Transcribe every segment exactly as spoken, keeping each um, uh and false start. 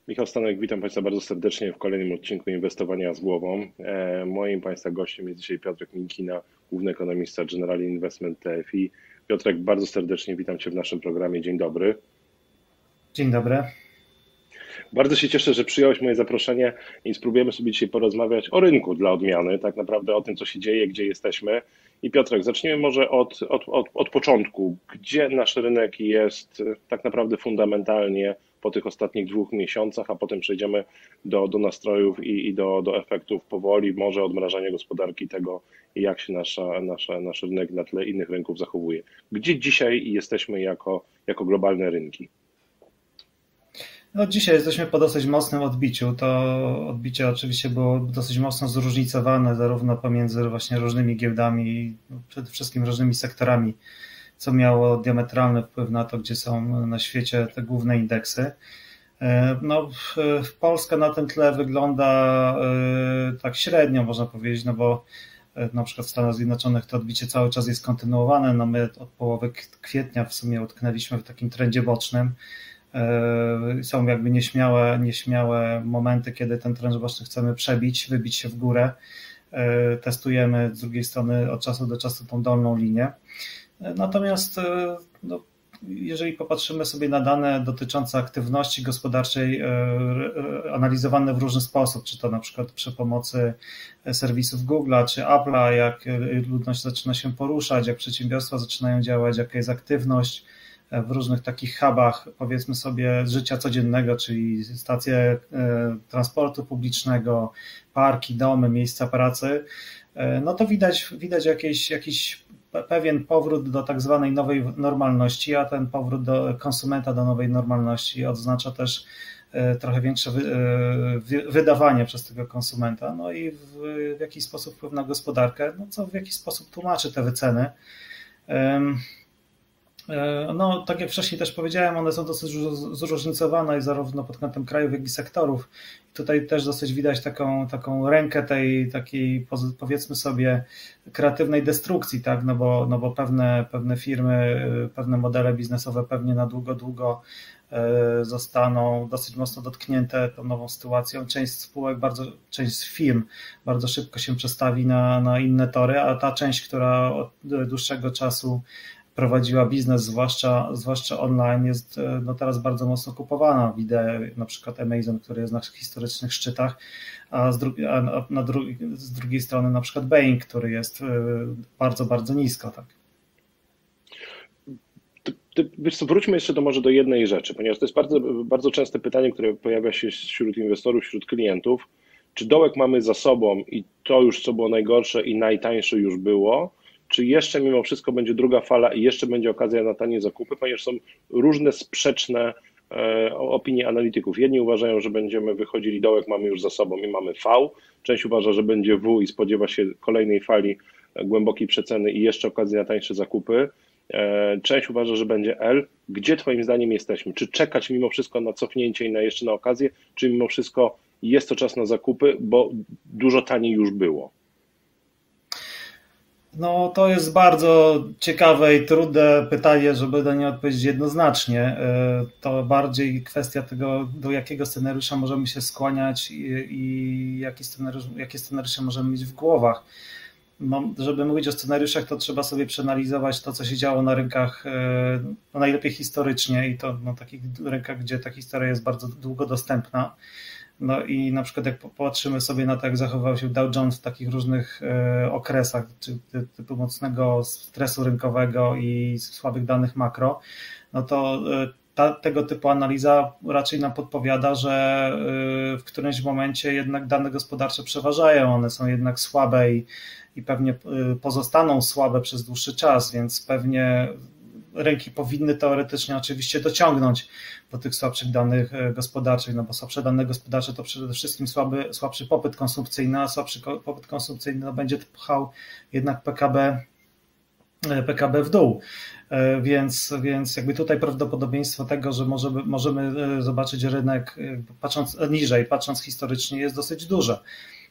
Michał Stanek, witam Państwa bardzo serdecznie w kolejnym odcinku Inwestowania z głową. E, Moim Państwa gościem jest dzisiaj Piotrek Minkina, główny ekonomista Generali Investment T F I. Piotrek, bardzo serdecznie witam Cię w naszym programie. Dzień dobry. Dzień dobry. Bardzo się cieszę, że przyjąłeś moje zaproszenie i spróbujemy sobie dzisiaj porozmawiać o rynku dla odmiany, tak naprawdę o tym, co się dzieje, gdzie jesteśmy. I Piotrek, zacznijmy może od, od, od, od początku. Gdzie nasz rynek jest tak naprawdę fundamentalnie po tych ostatnich dwóch miesiącach, a potem przejdziemy do, do nastrojów i, i do, do efektów powoli, może odmrażania gospodarki, tego, jak się nasza, nasza, nasz rynek na tle innych rynków zachowuje. Gdzie dzisiaj jesteśmy jako, jako globalne rynki? No dzisiaj jesteśmy po dosyć mocnym odbiciu. To odbicie oczywiście było dosyć mocno zróżnicowane zarówno pomiędzy właśnie różnymi giełdami, przede wszystkim różnymi sektorami, co miało diametralny wpływ na to, gdzie są na świecie te główne indeksy. No, w Polska na tym tle wygląda tak średnio, można powiedzieć, no bo na przykład w Stanach Zjednoczonych to odbicie cały czas jest kontynuowane. No my od połowy kwietnia w sumie utknęliśmy w takim trendzie bocznym. Są jakby nieśmiałe, nieśmiałe momenty, kiedy ten trend boczny chcemy przebić, wybić się w górę. Testujemy z drugiej strony od czasu do czasu tą dolną linię. Natomiast no, jeżeli popatrzymy sobie na dane dotyczące aktywności gospodarczej analizowane w różny sposób, czy to na przykład przy pomocy serwisów Google'a czy Apple'a, jak ludność zaczyna się poruszać, jak przedsiębiorstwa zaczynają działać, jaka jest aktywność w różnych takich hubach, powiedzmy sobie, życia codziennego, czyli stacje transportu publicznego, parki, domy, miejsca pracy, no to widać, widać jakiś, jakiś pewien powrót do tak zwanej nowej normalności, a ten powrót do konsumenta do nowej normalności oznacza też trochę większe wydawanie przez tego konsumenta, no i w, w jakiś sposób wpływ na gospodarkę, no co w jakiś sposób tłumaczy te wyceny. No, tak jak wcześniej też powiedziałem, one są dosyć zróżnicowane zarówno pod kątem krajów, jak i sektorów. Tutaj też dosyć widać taką, taką rękę tej takiej, powiedzmy sobie, kreatywnej destrukcji, tak? No bo, no bo pewne, pewne firmy, pewne modele biznesowe pewnie na długo, długo zostaną dosyć mocno dotknięte tą nową sytuacją. Część spółek, bardzo, część firm bardzo szybko się przestawi na, na inne tory, a ta część, która od dłuższego czasu prowadziła biznes, zwłaszcza, zwłaszcza online, jest no teraz bardzo mocno kupowana. Widzę na przykład Amazon, który jest na historycznych szczytach, a z, drugi, a na drugi, z drugiej strony na przykład Boeing, który jest bardzo, bardzo nisko. Tak. Wiesz co, wróćmy jeszcze do, może do jednej rzeczy, ponieważ to jest bardzo, bardzo częste pytanie, które pojawia się wśród inwestorów, wśród klientów. Czy dołek mamy za sobą i to już, co było najgorsze i najtańsze już było, czy jeszcze mimo wszystko będzie druga fala i jeszcze będzie okazja na tanie zakupy, ponieważ są różne sprzeczne e, opinie analityków. Jedni uważają, że będziemy wychodzili, dołek mamy już za sobą i mamy V, część uważa, że będzie W i spodziewa się kolejnej fali głębokiej przeceny i jeszcze okazji na tańsze zakupy. E, część uważa, że będzie L. Gdzie Twoim zdaniem jesteśmy? Czy czekać mimo wszystko na cofnięcie i na jeszcze na okazję, czy mimo wszystko jest to czas na zakupy, bo dużo taniej już było? No to jest bardzo ciekawe i trudne pytanie, żeby na nie odpowiedzieć jednoznacznie. To bardziej kwestia tego, do jakiego scenariusza możemy się skłaniać i, i jaki scenariusz, jakie scenariusze możemy mieć w głowach. No, żeby mówić o scenariuszach, to trzeba sobie przeanalizować to, co się działo na rynkach, no najlepiej historycznie i to na takich rynkach, gdzie ta historia jest bardzo długo dostępna. No i na przykład jak popatrzymy sobie na to, jak zachowywał się Dow Jones w takich różnych okresach, czy typu mocnego stresu rynkowego i słabych danych makro, no to ta, tego typu analiza raczej nam podpowiada, że w którymś momencie jednak dane gospodarcze przeważają, one są jednak słabe i, i pewnie pozostaną słabe przez dłuższy czas, więc pewnie rynki powinny teoretycznie oczywiście dociągnąć do tych słabszych danych gospodarczych, no bo słabsze dane gospodarcze to przede wszystkim słaby, słabszy popyt konsumpcyjny, a słabszy popyt konsumpcyjny no będzie pchał jednak P K B, P K B w dół. Więc, więc jakby tutaj prawdopodobieństwo tego, że możemy, możemy zobaczyć rynek patrząc niżej, patrząc historycznie jest dosyć duże.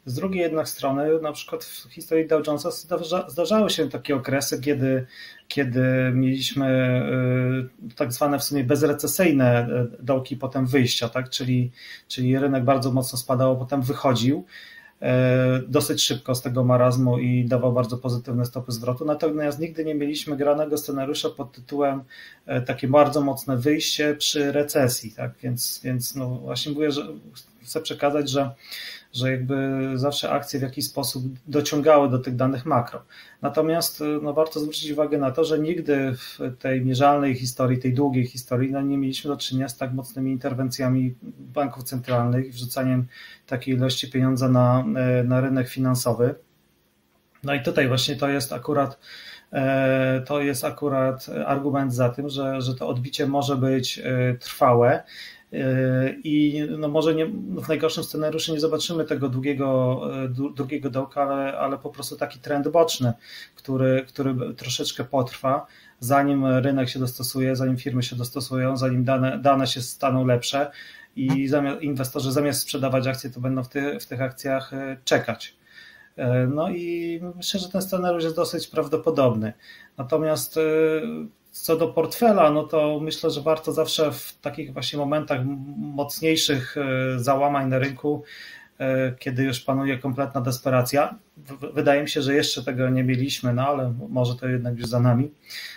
Z drugiej jednak strony, na przykład w historii Dow Jonesa zdarza, zdarzały się takie okresy, kiedy, kiedy mieliśmy tak zwane w sumie bezrecesyjne dołki potem wyjścia, tak? czyli, czyli rynek bardzo mocno spadał, potem wychodził dosyć szybko z tego marazmu i dawał bardzo pozytywne stopy zwrotu, natomiast nigdy nie mieliśmy granego scenariusza pod tytułem takie bardzo mocne wyjście przy recesji, tak? Więc, więc no właśnie mówię, że chcę przekazać, że że jakby zawsze akcje w jakiś sposób dociągały do tych danych makro. Natomiast no, warto zwrócić uwagę na to, że nigdy w tej mierzalnej historii, tej długiej historii, no, nie mieliśmy do czynienia z tak mocnymi interwencjami banków centralnych i wrzucaniem takiej ilości pieniądza na, na rynek finansowy. No i tutaj właśnie to jest akurat to jest akurat argument za tym, że, że to odbicie może być trwałe. I no może nie, w najgorszym scenariuszu nie zobaczymy tego długiego, drugiego dołka, ale, ale po prostu taki trend boczny, który, który troszeczkę potrwa, zanim rynek się dostosuje, zanim firmy się dostosują, zanim dane, dane się staną lepsze i zamiast, inwestorzy zamiast sprzedawać akcje, to będą w, ty, w tych akcjach czekać. No i myślę, że ten scenariusz jest dosyć prawdopodobny. Natomiast co do portfela, no to myślę, że warto zawsze w takich właśnie momentach mocniejszych załamań na rynku, kiedy już panuje kompletna desperacja, wydaje mi się, że jeszcze tego nie mieliśmy, no ale może to jednak już za nami,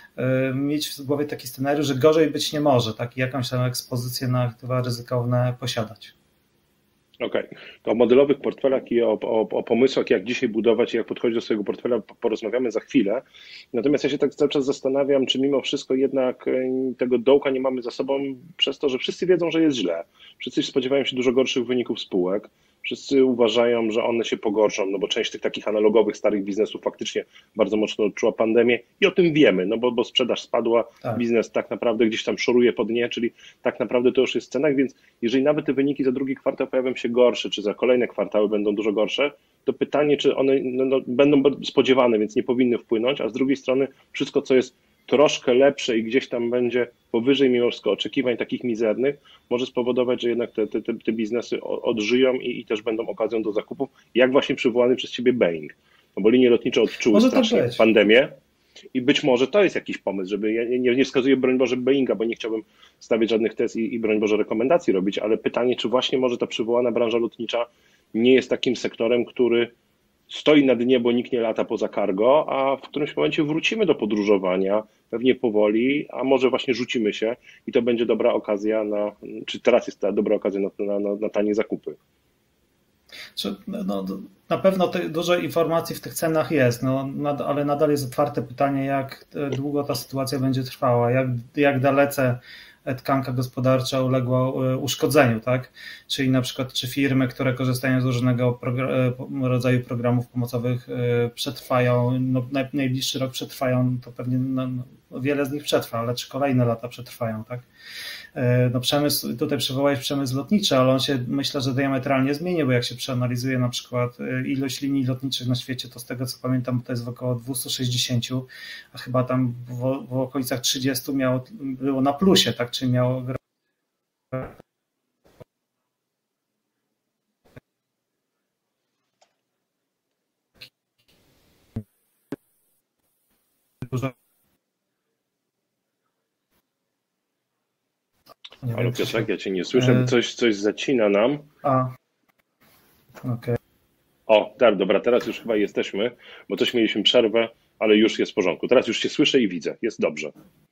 mieć w głowie taki scenariusz, że gorzej być nie może, tak, i jakąś tam ekspozycję na aktywa ryzykowne posiadać. Okej, okay. To o modelowych portfelach i o, o, o pomysłach, jak dzisiaj budować i jak podchodzić do swojego portfela, porozmawiamy za chwilę. Natomiast ja się tak cały czas zastanawiam, czy mimo wszystko jednak tego dołka nie mamy za sobą przez to, że wszyscy wiedzą, że jest źle. Wszyscy spodziewają się dużo gorszych wyników spółek. Wszyscy uważają, że one się pogorszą, no bo część tych takich analogowych, starych biznesów faktycznie bardzo mocno odczuła pandemię i o tym wiemy, no bo, bo sprzedaż spadła, tak. Biznes tak naprawdę gdzieś tam szoruje po dnie, czyli tak naprawdę to już jest w cenach, więc jeżeli nawet te wyniki za drugi kwartał pojawią się gorsze, czy za kolejne kwartały będą dużo gorsze, to pytanie, czy one no, no, będą spodziewane, więc nie powinny wpłynąć, a z drugiej strony wszystko, co jest troszkę lepsze i gdzieś tam będzie powyżej mimo wszystko oczekiwań takich mizernych, może spowodować, że jednak te, te, te biznesy odżyją i, i też będą okazją do zakupów, jak właśnie przywołany przez Ciebie Boeing. No bo linie lotnicze odczuły może strasznie pandemię i być może to jest jakiś pomysł, żeby, ja nie, nie wskazuję broń Boże Boeinga, bo nie chciałbym stawiać żadnych tez i, i broń Boże rekomendacji robić, ale pytanie, czy właśnie może ta przywołana branża lotnicza nie jest takim sektorem, który stoi na dnie, bo nikt nie lata poza cargo, a w którymś momencie wrócimy do podróżowania, pewnie powoli, a może właśnie rzucimy się i to będzie dobra okazja na, czy teraz jest ta dobra okazja na, na, na tanie zakupy. No, na pewno te, dużo informacji w tych cenach jest, no, nad, ale nadal jest otwarte pytanie, jak długo ta sytuacja będzie trwała, jak, jak dalece tkanka gospodarcza uległa uszkodzeniu, tak? Czyli na przykład czy firmy, które korzystają z różnego progr- rodzaju programów pomocowych przetrwają, no, najbliższy rok przetrwają, to pewnie no, no, wiele z nich przetrwa, ale czy kolejne lata przetrwają, tak? No przemysł, tutaj przywołałeś przemysł lotniczy, ale on się myślę, że diametralnie zmieni, bo jak się przeanalizuje na przykład ilość linii lotniczych na świecie, to z tego co pamiętam to jest około dwieście sześćdziesiąt, a chyba tam w, w okolicach trzydziestu miało, było na plusie, tak, czyli miało dużo. Halo Piotrek, ja Cię nie słyszę, coś, coś zacina nam. A, okej. Okay. O, tak, dobra, teraz już chyba jesteśmy, bo coś mieliśmy przerwę, ale już jest w porządku. Teraz już Cię słyszę i widzę, jest dobrze.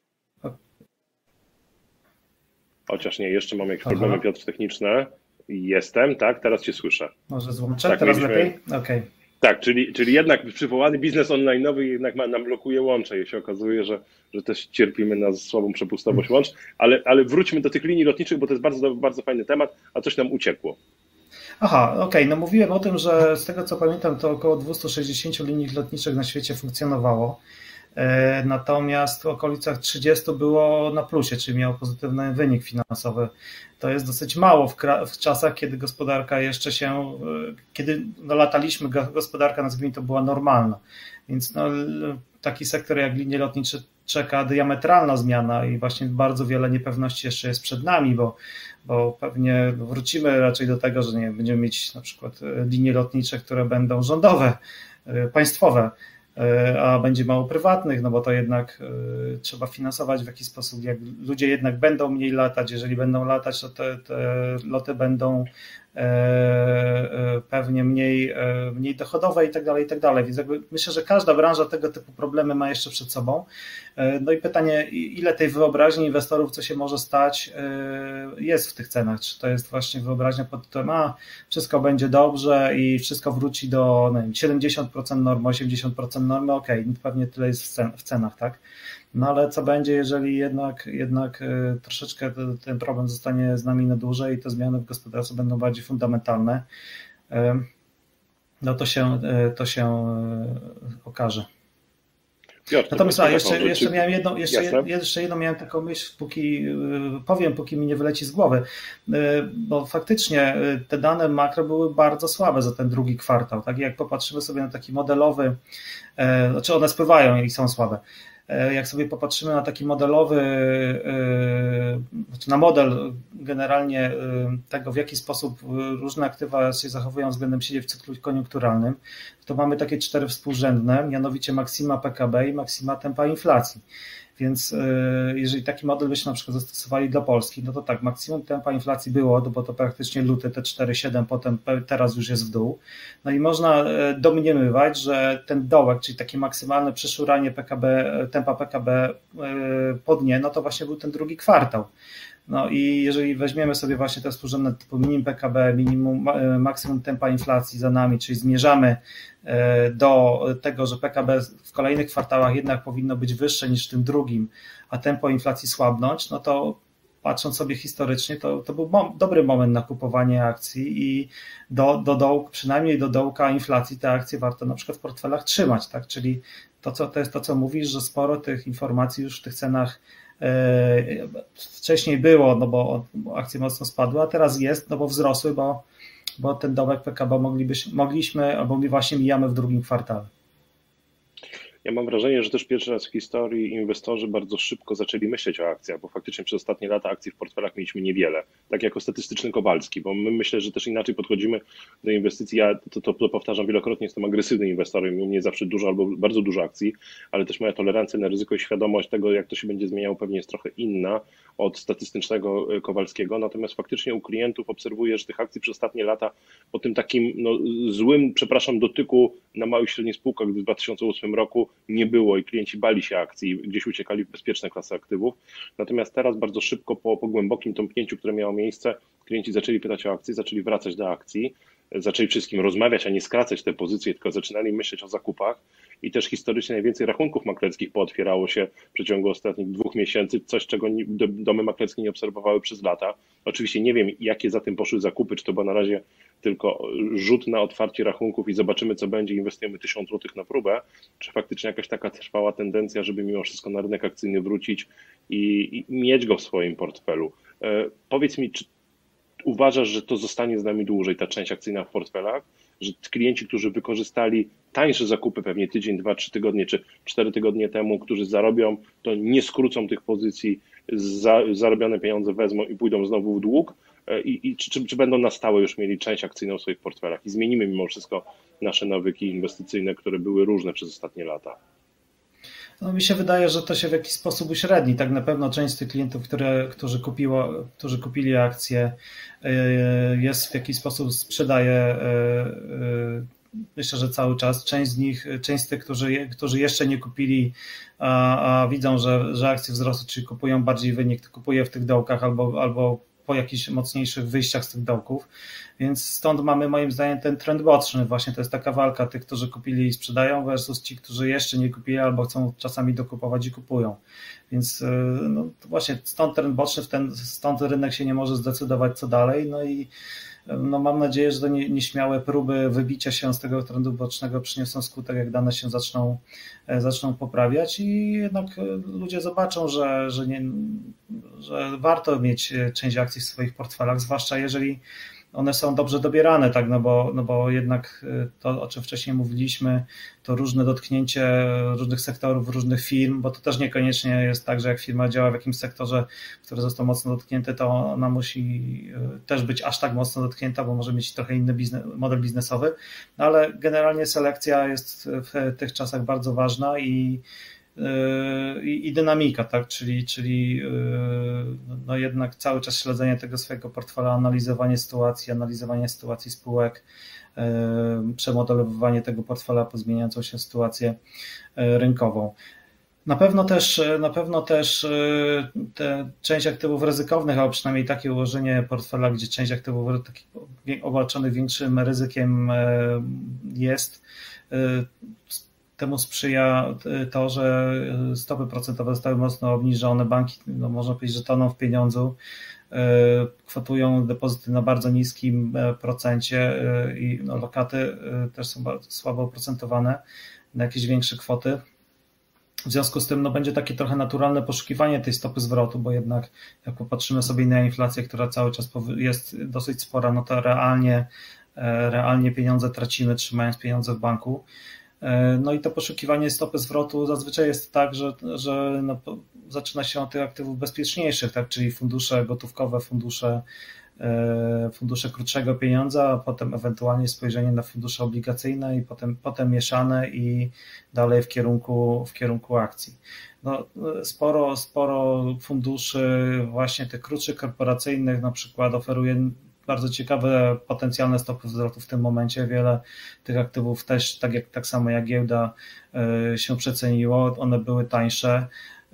Chociaż nie, jeszcze mam jakieś Aha. problemy, Piotr, techniczne. Jestem, tak, teraz Cię słyszę. Może złączę, tak, teraz mieliśmy... lepiej? Okej. Okay. Tak, czyli, czyli jednak przywołany biznes online'owy jednak ma, nam blokuje łącze i się okazuje, że, że też cierpimy na słabą przepustowość łącz, ale, ale wróćmy do tych linii lotniczych, bo to jest bardzo, bardzo fajny temat, a coś nam uciekło. Aha, okej, okay. No mówiłem o tym, że z tego co pamiętam to około dwieście sześćdziesiąt linii lotniczych na świecie funkcjonowało, natomiast w okolicach trzydziestu było na plusie, czyli miało pozytywny wynik finansowy. To jest dosyć mało w, w czasach, kiedy gospodarka jeszcze się, kiedy no, lataliśmy, gospodarka nazwijmy to była normalna, więc no, taki sektor jak linie lotnicze czeka diametralna zmiana i właśnie bardzo wiele niepewności jeszcze jest przed nami, bo, bo pewnie wrócimy raczej do tego, że nie będziemy mieć na przykład linie lotnicze, które będą rządowe, państwowe, a będzie mało prywatnych, no bo to jednak trzeba finansować w jakiś sposób, jak ludzie jednak będą mniej latać, jeżeli będą latać, to te, te loty będą pewnie mniej, mniej dochodowe i tak dalej, i tak dalej, więc jakby myślę, że każda branża tego typu problemy ma jeszcze przed sobą. No i pytanie, ile tej wyobraźni inwestorów, co się może stać, jest w tych cenach, czy to jest właśnie wyobraźnia pod tytułem, a wszystko będzie dobrze i wszystko wróci do, no wiem, siedemdziesiąt procent normy, osiemdziesiąt procent normy, okej, okay, pewnie tyle jest w, cen, w cenach, tak? No ale co będzie, jeżeli jednak, jednak troszeczkę ten problem zostanie z nami na dłużej i te zmiany w gospodarce będą bardziej fundamentalne, no to się, to się okaże. Piotr, Natomiast a, jeszcze, jeszcze miałem jedną, jeszcze, Jasne. jeszcze jedną miałem taką myśl, póki powiem, póki mi nie wyleci z głowy, bo faktycznie te dane makro były bardzo słabe za ten drugi kwartał, tak? Jak popatrzymy sobie na taki modelowy, znaczy one spływają i są słabe. Jak sobie popatrzymy na taki modelowy, na model generalnie tego, w jaki sposób różne aktywa się zachowują względem siebie w cyklu koniunkturalnym, to mamy takie cztery współrzędne, mianowicie maksima P K B i maksima tempa inflacji. Więc jeżeli taki model byśmy na przykład zastosowali dla Polski, no to tak, maksimum tempa inflacji było, bo to praktycznie luty, te cztery przecinek siedem, potem teraz już jest w dół. No i można domniemywać, że ten dołek, czyli takie maksymalne przeszuranie P K B, tempa P K B po dnie, no to właśnie był ten drugi kwartał. No i jeżeli weźmiemy sobie właśnie te współrzędne typu minimum P K B, minimum, maksimum tempa inflacji za nami, czyli zmierzamy do tego, że P K B w kolejnych kwartałach jednak powinno być wyższe niż w tym drugim, a tempo inflacji słabnąć, no to patrząc sobie historycznie, to, to był mom, dobry moment na kupowanie akcji i do, do dołka, przynajmniej do dołka inflacji te akcje warto na przykład w portfelach trzymać, tak? Czyli to, co, to jest to, co mówisz, że sporo tych informacji już w tych cenach wcześniej było, no bo akcje mocno spadły, a teraz jest, no bo wzrosły, bo, bo ten dołek P K B moglibyśmy, mogliśmy, albo my właśnie mijamy w drugim kwartale. Ja mam wrażenie, że też pierwszy raz w historii inwestorzy bardzo szybko zaczęli myśleć o akcjach, bo faktycznie przez ostatnie lata akcji w portfelach mieliśmy niewiele, tak jako statystyczny Kowalski, bo my myślę, że też inaczej podchodzimy do inwestycji. Ja to, to, to powtarzam wielokrotnie, jestem agresywnym inwestorem, u mnie zawsze dużo albo bardzo dużo akcji, ale też moja tolerancja na ryzyko i świadomość tego, jak to się będzie zmieniało, pewnie jest trochę inna od statystycznego Kowalskiego, natomiast faktycznie u klientów obserwuję, że tych akcji przez ostatnie lata po tym takim no, złym, przepraszam, dotyku na małych i średnich spółkach w dwa tysiące ósmym roku nie było i klienci bali się akcji, gdzieś uciekali w bezpieczne klasy aktywów. Natomiast teraz bardzo szybko po, po głębokim tąpnięciu, które miało miejsce, klienci zaczęli pytać o akcje, zaczęli wracać do akcji, zaczęli wszystkim rozmawiać, a nie skracać te pozycje, tylko zaczynali myśleć o zakupach i też historycznie najwięcej rachunków maklerskich pootwierało się w przeciągu ostatnich dwóch miesięcy, coś czego domy maklerskie nie obserwowały przez lata. Oczywiście nie wiem, jakie za tym poszły zakupy, czy to było na razie tylko rzut na otwarcie rachunków i zobaczymy, co będzie, inwestujemy tysiąc złotych na próbę, czy faktycznie jakaś taka trwała tendencja, żeby mimo wszystko na rynek akcyjny wrócić i, i mieć go w swoim portfelu. E, powiedz mi, czy uważasz, że to zostanie z nami dłużej, ta część akcyjna w portfelach, że klienci, którzy wykorzystali tańsze zakupy pewnie tydzień, dwa, trzy tygodnie czy cztery tygodnie temu, którzy zarobią, to nie skrócą tych pozycji, za, zarobione pieniądze wezmą i pójdą znowu w dług? I, i czy, czy, czy będą na stałe już mieli część akcyjną w swoich portfelach i zmienimy mimo wszystko nasze nawyki inwestycyjne, które były różne przez ostatnie lata? No, mi się wydaje, że to się w jakiś sposób uśredni. Tak na pewno część z tych klientów, które, którzy, kupiło, którzy kupili akcje, jest w jakiś sposób sprzedaje, myślę, że cały czas. Część z nich, część z tych, którzy, którzy jeszcze nie kupili, a, a widzą, że, że akcje wzrosły, czyli kupują bardziej wynik, to kupuje w tych dołkach albo, albo po jakichś mocniejszych wyjściach z tych dołków, więc stąd mamy moim zdaniem ten trend boczny, właśnie to jest taka walka tych, którzy kupili i sprzedają versus ci, którzy jeszcze nie kupili albo chcą czasami dokupować i kupują, więc no właśnie stąd trend boczny, w ten, stąd rynek się nie może zdecydować co dalej, no i no mam nadzieję, że te nie, nieśmiałe próby wybicia się z tego trendu bocznego przyniosą skutek, jak dane się zaczną, zaczną poprawiać i jednak ludzie zobaczą, że, że, nie, że warto mieć część akcji w swoich portfelach, zwłaszcza jeżeli one są dobrze dobierane, tak, no bo, no bo jednak to, o czym wcześniej mówiliśmy, to różne dotknięcie różnych sektorów, różnych firm, bo to też niekoniecznie jest tak, że jak firma działa w jakimś sektorze, który został mocno dotknięty, to ona musi też być aż tak mocno dotknięta, bo może mieć trochę inny biznes, model biznesowy, no ale generalnie selekcja jest w tych czasach bardzo ważna i I, i dynamika, tak, czyli, czyli no jednak cały czas śledzenie tego swojego portfela, analizowanie sytuacji, analizowanie sytuacji spółek, przemodelowywanie tego portfela pod zmieniającą się sytuację rynkową. Na pewno też, na pewno też te część aktywów ryzykownych, albo przynajmniej takie ułożenie portfela, gdzie część aktywów takich obarczonych większym ryzykiem jest, temu sprzyja to, że stopy procentowe zostały mocno obniżone, banki, no można powiedzieć, że toną w pieniądzu, kwotują depozyty na bardzo niskim procencie i no, lokaty też są bardzo słabo oprocentowane na jakieś większe kwoty. W związku z tym no, będzie takie trochę naturalne poszukiwanie tej stopy zwrotu, bo jednak jak popatrzymy sobie na inflację, która cały czas jest dosyć spora, no to realnie, realnie pieniądze tracimy, trzymając pieniądze w banku. No i to poszukiwanie stopy zwrotu zazwyczaj jest tak, że, że no, zaczyna się od tych aktywów bezpieczniejszych, tak, czyli fundusze gotówkowe, fundusze, fundusze krótszego pieniądza, a potem ewentualnie spojrzenie na fundusze obligacyjne i potem, potem mieszane i dalej w kierunku, w kierunku akcji. No, sporo, sporo funduszy właśnie tych krótszych korporacyjnych na przykład oferuje bardzo ciekawe potencjalne stopy zwrotu w tym momencie. Wiele tych aktywów też, tak, jak, tak samo jak giełda, się przeceniło. One były tańsze.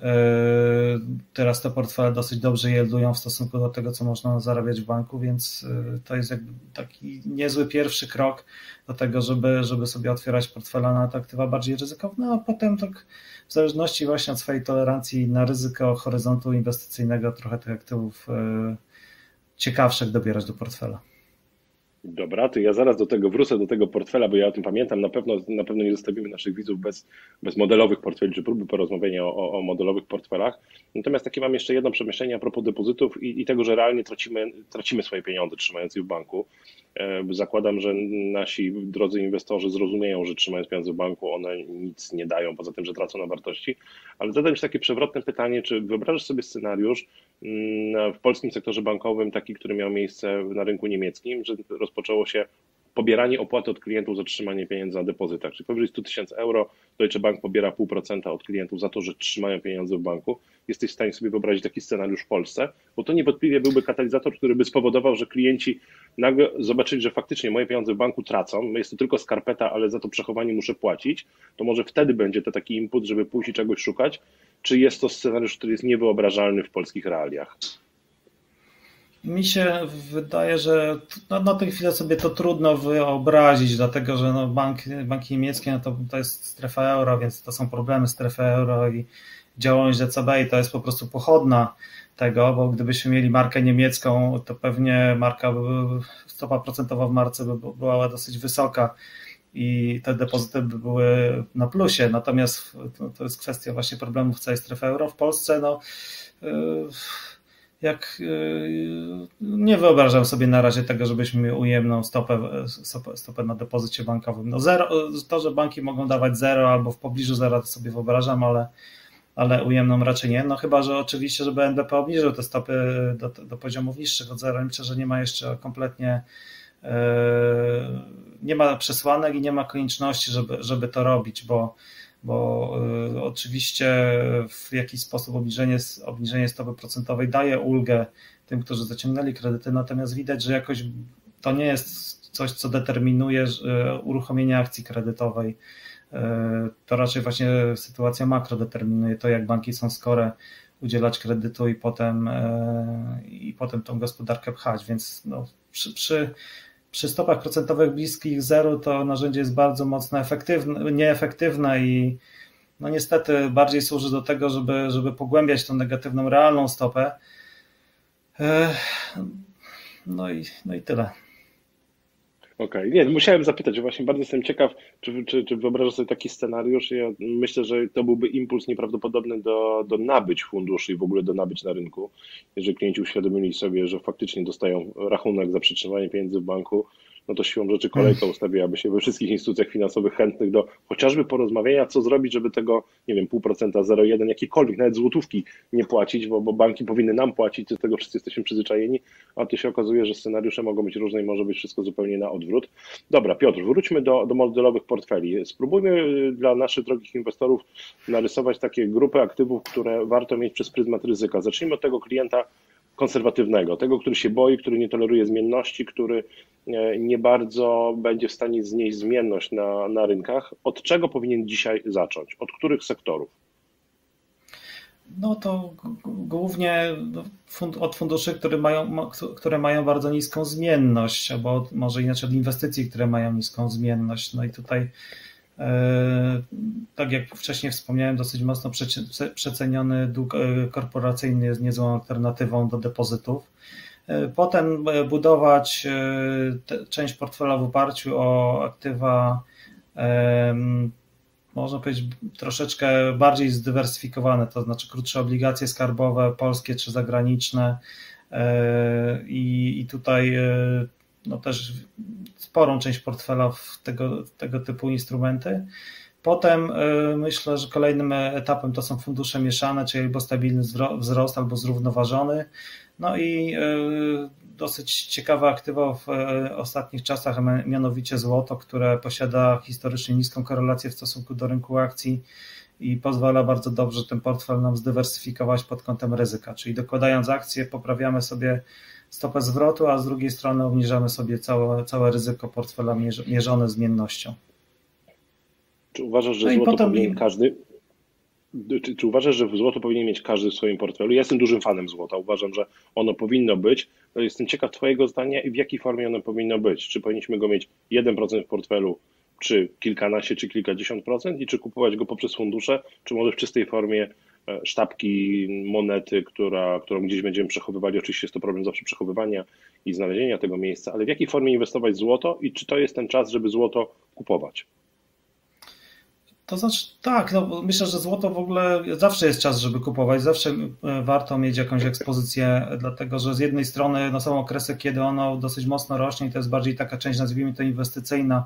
Teraz te portfele dosyć dobrze yieldują w stosunku do tego, co można zarabiać w banku, więc to jest jakby taki niezły pierwszy krok do tego, żeby, żeby sobie otwierać portfele na te aktywa bardziej ryzykowne, a potem tak w zależności właśnie od swojej tolerancji na ryzyko horyzontu inwestycyjnego trochę tych aktywów ciekawszych dobierać do portfela. Dobra, to ja zaraz do tego wrócę, do tego portfela, bo ja o tym pamiętam. Na pewno, na pewno nie zostawimy naszych widzów bez, bez modelowych portfeli, czy próby porozmawiania o, o modelowych portfelach. Natomiast takie mam jeszcze jedno przemyślenie a propos depozytów i, i tego, że realnie tracimy, tracimy swoje pieniądze trzymając je w banku. Zakładam, że nasi drodzy inwestorzy zrozumieją, że trzymając pieniądze w banku one nic nie dają, poza tym, że tracą na wartości. Ale zadam Ci takie przewrotne pytanie, czy wyobrażasz sobie scenariusz w polskim sektorze bankowym, taki, który miał miejsce na rynku niemieckim, że rozpoczęło się pobieranie opłaty od klientów za trzymanie pieniędzy na depozytach, czyli powyżej sto tysięcy euro Deutsche Bank pobiera zero przecinek pięć procent od klientów za to, że trzymają pieniądze w banku. Jesteś w stanie sobie wyobrazić taki scenariusz w Polsce? Bo to niewątpliwie byłby katalizator, który by spowodował, że klienci nagle zobaczyli, że faktycznie moje pieniądze w banku tracą, jest to tylko skarpeta, ale za to przechowanie muszę płacić, to może wtedy będzie to taki input, żeby pójść i czegoś szukać, czy jest to scenariusz, który jest niewyobrażalny w polskich realiach? Mi się wydaje, że no, na tę chwilę sobie to trudno wyobrazić, dlatego że no, bank, banki niemieckie no to, to jest strefa euro, więc to są problemy strefy euro i działalność D C B i to jest po prostu pochodna tego, bo gdybyśmy mieli markę niemiecką, to pewnie marka, stopa procentowa w marce by była dosyć wysoka i te depozyty by były na plusie, natomiast to, to jest kwestia właśnie problemów całej strefy euro. W Polsce no yy, jak nie wyobrażam sobie na razie tego, żebyśmy mieli ujemną stopę, stopę na depozycie bankowym. No zero, to, że banki mogą dawać zero albo w pobliżu zera, to sobie wyobrażam, ale, ale ujemną raczej nie. No chyba, że oczywiście, żeby N B P obniżył te stopy do, do poziomów niższych od zera. Myślę, że nie ma jeszcze kompletnie nie ma przesłanek i nie ma konieczności, żeby, żeby to robić, bo bo y, oczywiście w jakiś sposób obniżenie, obniżenie stopy procentowej daje ulgę tym, którzy zaciągnęli kredyty, natomiast widać, że jakoś to nie jest coś, co determinuje y, uruchomienie akcji kredytowej. Y, to raczej właśnie sytuacja makro determinuje to, jak banki są skore udzielać kredytu i potem, y, i potem tą gospodarkę pchać, więc no, przy, przy Przy stopach procentowych bliskich zeru to narzędzie jest bardzo mocno efektywne, nieefektywne i no niestety bardziej służy do tego, żeby, żeby pogłębiać tą negatywną, realną stopę. No i, no i tyle. Okej, okay. Nie, musiałem zapytać, że właśnie bardzo jestem ciekaw, czy, czy, czy wyobrażasz sobie taki scenariusz. Ja myślę, że to byłby impuls nieprawdopodobny do, do nabyć funduszy i w ogóle do nabyć na rynku. Jeżeli klienci uświadomili sobie, że faktycznie dostają rachunek za przetrzymywanie pieniędzy w banku, no to siłą rzeczy kolejka ustawiłaby się we wszystkich instytucjach finansowych chętnych do chociażby porozmawiania, co zrobić, żeby tego, nie wiem, pół procenta, zero przecinek jeden, jakiejkolwiek, nawet złotówki nie płacić, bo, bo banki powinny nam płacić, do tego wszyscy jesteśmy przyzwyczajeni, a tu się okazuje, że scenariusze mogą być różne i może być wszystko zupełnie na odwrót. Dobra, Piotr, wróćmy do, do modelowych portfeli. Spróbujmy dla naszych drogich inwestorów narysować takie grupy aktywów, które warto mieć przez pryzmat ryzyka. Zacznijmy od tego klienta konserwatywnego, tego, który się boi, który nie toleruje zmienności, który nie bardzo będzie w stanie znieść zmienność na, na rynkach. Od czego powinien dzisiaj zacząć? Od których sektorów? No to głównie od funduszy, które mają, które mają bardzo niską zmienność, albo może inaczej od inwestycji, które mają niską zmienność. No i tutaj, tak jak wcześniej wspomniałem, dosyć mocno przeceniony dług korporacyjny jest niezłą alternatywą do depozytów. Potem budować część portfela w oparciu o aktywa, można powiedzieć, troszeczkę bardziej zdywersyfikowane, to znaczy krótsze obligacje skarbowe, polskie czy zagraniczne, i, i tutaj no też sporą część portfela w tego, tego typu instrumenty. Potem myślę, że kolejnym etapem to są fundusze mieszane, czyli albo stabilny wzrost, albo zrównoważony. No i dosyć ciekawe aktywo w ostatnich czasach, mianowicie złoto, które posiada historycznie niską korelację w stosunku do rynku akcji i pozwala bardzo dobrze ten portfel nam zdywersyfikować pod kątem ryzyka, czyli dokładając akcje poprawiamy sobie stopę zwrotu, a z drugiej strony obniżamy sobie całe, całe ryzyko portfela mierzone zmiennością. Czy uważasz, że no złoto potem... powinien każdy... Czy, czy uważasz, że złoto powinien mieć każdy w swoim portfelu? Ja jestem dużym fanem złota. Uważam, że ono powinno być. Jestem ciekaw Twojego zdania i w jakiej formie ono powinno być. Czy powinniśmy go mieć jeden procent w portfelu, czy kilkanaście, czy kilkadziesiąt procent i czy kupować go poprzez fundusze, czy może w czystej formie sztabki, monety, która, którą gdzieś będziemy przechowywali. Oczywiście jest to problem zawsze przechowywania i znalezienia tego miejsca, ale w jakiej formie inwestować w złoto i czy to jest ten czas, żeby złoto kupować? To znaczy tak, no myślę, że złoto w ogóle zawsze jest czas, żeby kupować, zawsze warto mieć jakąś ekspozycję, dlatego że z jednej strony no, są okresy, kiedy ono dosyć mocno rośnie i to jest bardziej taka część, nazwijmy to inwestycyjna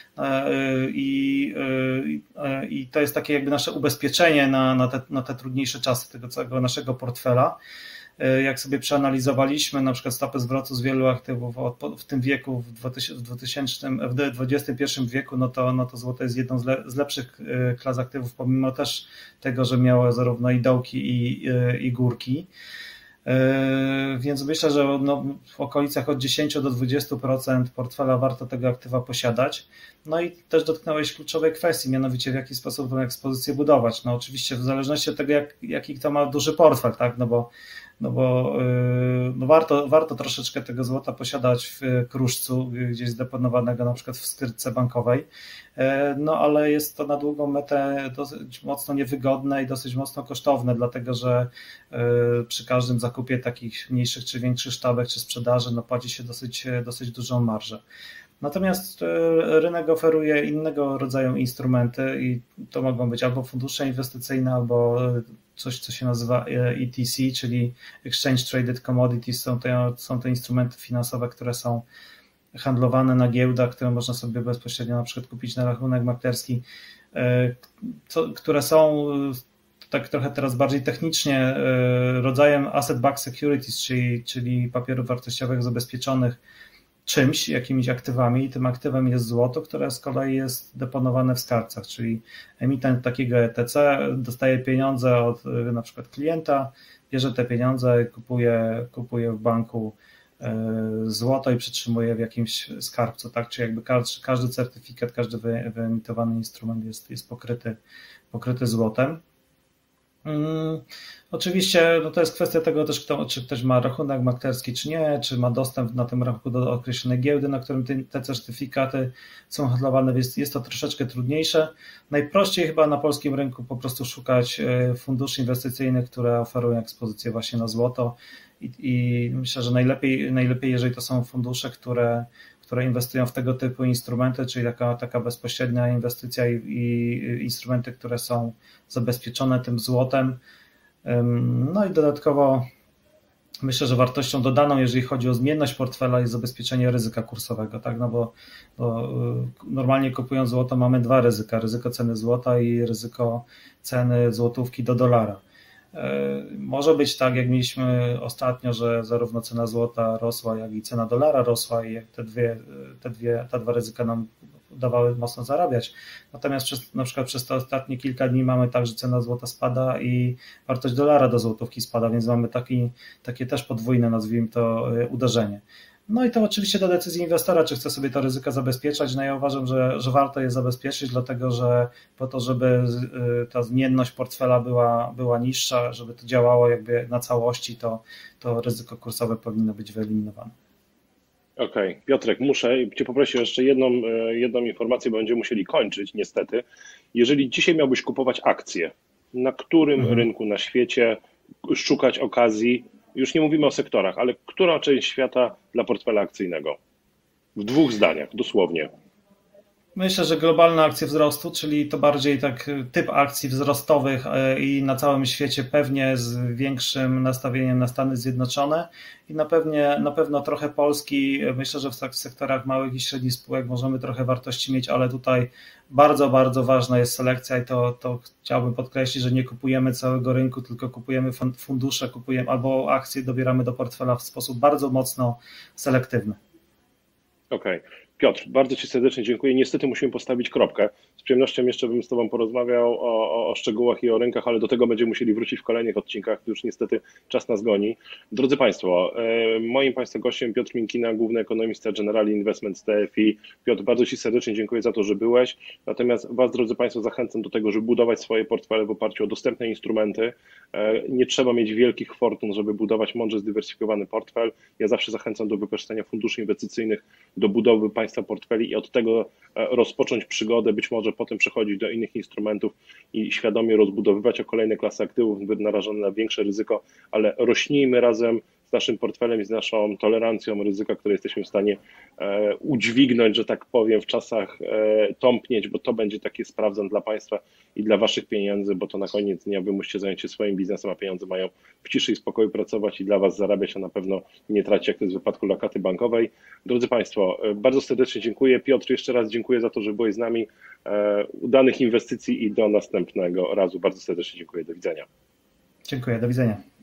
i, i, i to jest takie jakby nasze ubezpieczenie na, na, te, na te trudniejsze czasy tego całego naszego portfela. Jak sobie przeanalizowaliśmy na przykład stopę zwrotu z wielu aktywów w tym wieku, w dwutysięcznym, w dwudziestym pierwszym wieku, no to, no to złoto jest jedną z, le, z lepszych klas aktywów, pomimo też tego, że miało zarówno i dołki i, i górki. Więc myślę, że no w okolicach od dziesięć do dwudziestu procent portfela warto tego aktywa posiadać. No i też dotknąłeś kluczowej kwestii, mianowicie w jaki sposób tę ekspozycję budować. No oczywiście w zależności od tego, jak, jaki kto ma duży portfel, tak, no bo no bo no warto, warto troszeczkę tego złota posiadać w kruszcu, gdzieś zdeponowanego na przykład w skrytce bankowej, no ale jest to na długą metę dosyć mocno niewygodne i dosyć mocno kosztowne, dlatego że przy każdym zakupie takich mniejszych czy większych sztabek czy sprzedaży no płaci się dosyć, dosyć dużą marżę. Natomiast rynek oferuje innego rodzaju instrumenty i to mogą być albo fundusze inwestycyjne, albo coś, co się nazywa E T C, czyli Exchange Traded Commodities. Są to, są to instrumenty finansowe, które są handlowane na giełdach, które można sobie bezpośrednio na przykład kupić na rachunek maklerski, co, które są tak trochę teraz bardziej technicznie rodzajem asset-backed securities, czyli, czyli papierów wartościowych zabezpieczonych czymś, jakimiś aktywami i tym aktywem jest złoto, które z kolei jest deponowane w skarbcach, czyli emitent takiego E T C dostaje pieniądze od na przykład klienta, bierze te pieniądze, kupuje, kupuje w banku złoto i przetrzymuje w jakimś skarbcu, tak? Czyli jakby każdy, każdy certyfikat, każdy wyemitowany instrument jest, jest pokryty, pokryty złotem. Hmm. Oczywiście no to jest kwestia tego też, kto, czy ktoś ma rachunek maklerski, czy nie, czy ma dostęp na tym rachunku do określonej giełdy, na którym te, te certyfikaty są handlowane, więc jest to troszeczkę trudniejsze. Najprościej chyba na polskim rynku po prostu szukać funduszy inwestycyjnych, które oferują ekspozycję właśnie na złoto i, i myślę, że najlepiej, najlepiej, jeżeli to są fundusze, które, które inwestują w tego typu instrumenty, czyli taka, taka bezpośrednia inwestycja i, i instrumenty, które są zabezpieczone tym złotem. No i dodatkowo myślę, że wartością dodaną, jeżeli chodzi o zmienność portfela, jest zabezpieczenie ryzyka kursowego, tak? No bo, bo normalnie kupując złoto mamy dwa ryzyka, ryzyko ceny złota i ryzyko ceny złotówki do dolara. Może być tak, jak mieliśmy ostatnio, że zarówno cena złota rosła, jak i cena dolara rosła i te dwie, te dwie, te dwa ryzyka nam dawały mocno zarabiać. Natomiast przez, na przykład przez te ostatnie kilka dni mamy tak, że cena złota spada i wartość dolara do złotówki spada, więc mamy taki, takie też podwójne, nazwijmy to, uderzenie. No i to oczywiście do decyzji inwestora, czy chce sobie to ryzyko zabezpieczać. No ja uważam, że, że warto je zabezpieczyć, dlatego że po to, żeby ta zmienność portfela była, była niższa, żeby to działało jakby na całości, to, to ryzyko kursowe powinno być wyeliminowane. Okej, okay. Piotrek, muszę Cię poprosić o jeszcze jedną, jedną informację, bo będziemy musieli kończyć niestety. Jeżeli dzisiaj miałbyś kupować akcje, na którym mhm. rynku na świecie szukać okazji, już nie mówimy o sektorach, ale która część świata dla portfela akcyjnego? W dwóch zdaniach, dosłownie. Myślę, że globalne akcje wzrostu, czyli to bardziej tak typ akcji wzrostowych i na całym świecie pewnie z większym nastawieniem na Stany Zjednoczone i na, pewnie, na pewno trochę Polski. Myślę, że w sektorach małych i średnich spółek możemy trochę wartości mieć, ale tutaj bardzo, bardzo ważna jest selekcja i to, to chciałbym podkreślić, że nie kupujemy całego rynku, tylko kupujemy fundusze, kupujemy albo akcje dobieramy do portfela w sposób bardzo mocno selektywny. Okej. Okay. Piotr, bardzo Ci serdecznie dziękuję. Niestety musimy postawić kropkę. Z przyjemnością jeszcze bym z Tobą porozmawiał o, o, o szczegółach i o rynkach, ale do tego będziemy musieli wrócić w kolejnych odcinkach. Już niestety czas nas goni. Drodzy Państwo, moim Państwa gościem Piotr Minkina, główny ekonomista Generali Investment z T F I. Piotr, bardzo Ci serdecznie dziękuję za to, że byłeś. Natomiast Was, drodzy Państwo, zachęcam do tego, żeby budować swoje portfele w oparciu o dostępne instrumenty. Nie trzeba mieć wielkich fortun, żeby budować mądrze zdywersyfikowany portfel. Ja zawsze zachęcam do wykorzystania funduszy inwestycyjnych, do budowy Państwa portfeli i od tego rozpocząć przygodę, być może potem przechodzić do innych instrumentów i świadomie rozbudowywać o kolejne klasy aktywów, narażone na większe ryzyko, ale rośnijmy razem z naszym portfelem i z naszą tolerancją ryzyka, które jesteśmy w stanie e, udźwignąć, że tak powiem, w czasach e, tąpnieć, bo to będzie takie sprawdzam dla Państwa i dla Waszych pieniędzy, bo to na koniec dnia Wy musicie zająć się swoim biznesem, a pieniądze mają w ciszy i spokoju pracować i dla Was zarabiać, a na pewno nie tracić, jak to jest w wypadku lokaty bankowej. Drodzy Państwo, bardzo serdecznie dziękuję. Piotr, jeszcze raz dziękuję za to, że byłeś z nami. E, udanych inwestycji i do następnego razu. Bardzo serdecznie dziękuję. Do widzenia. Dziękuję, do widzenia.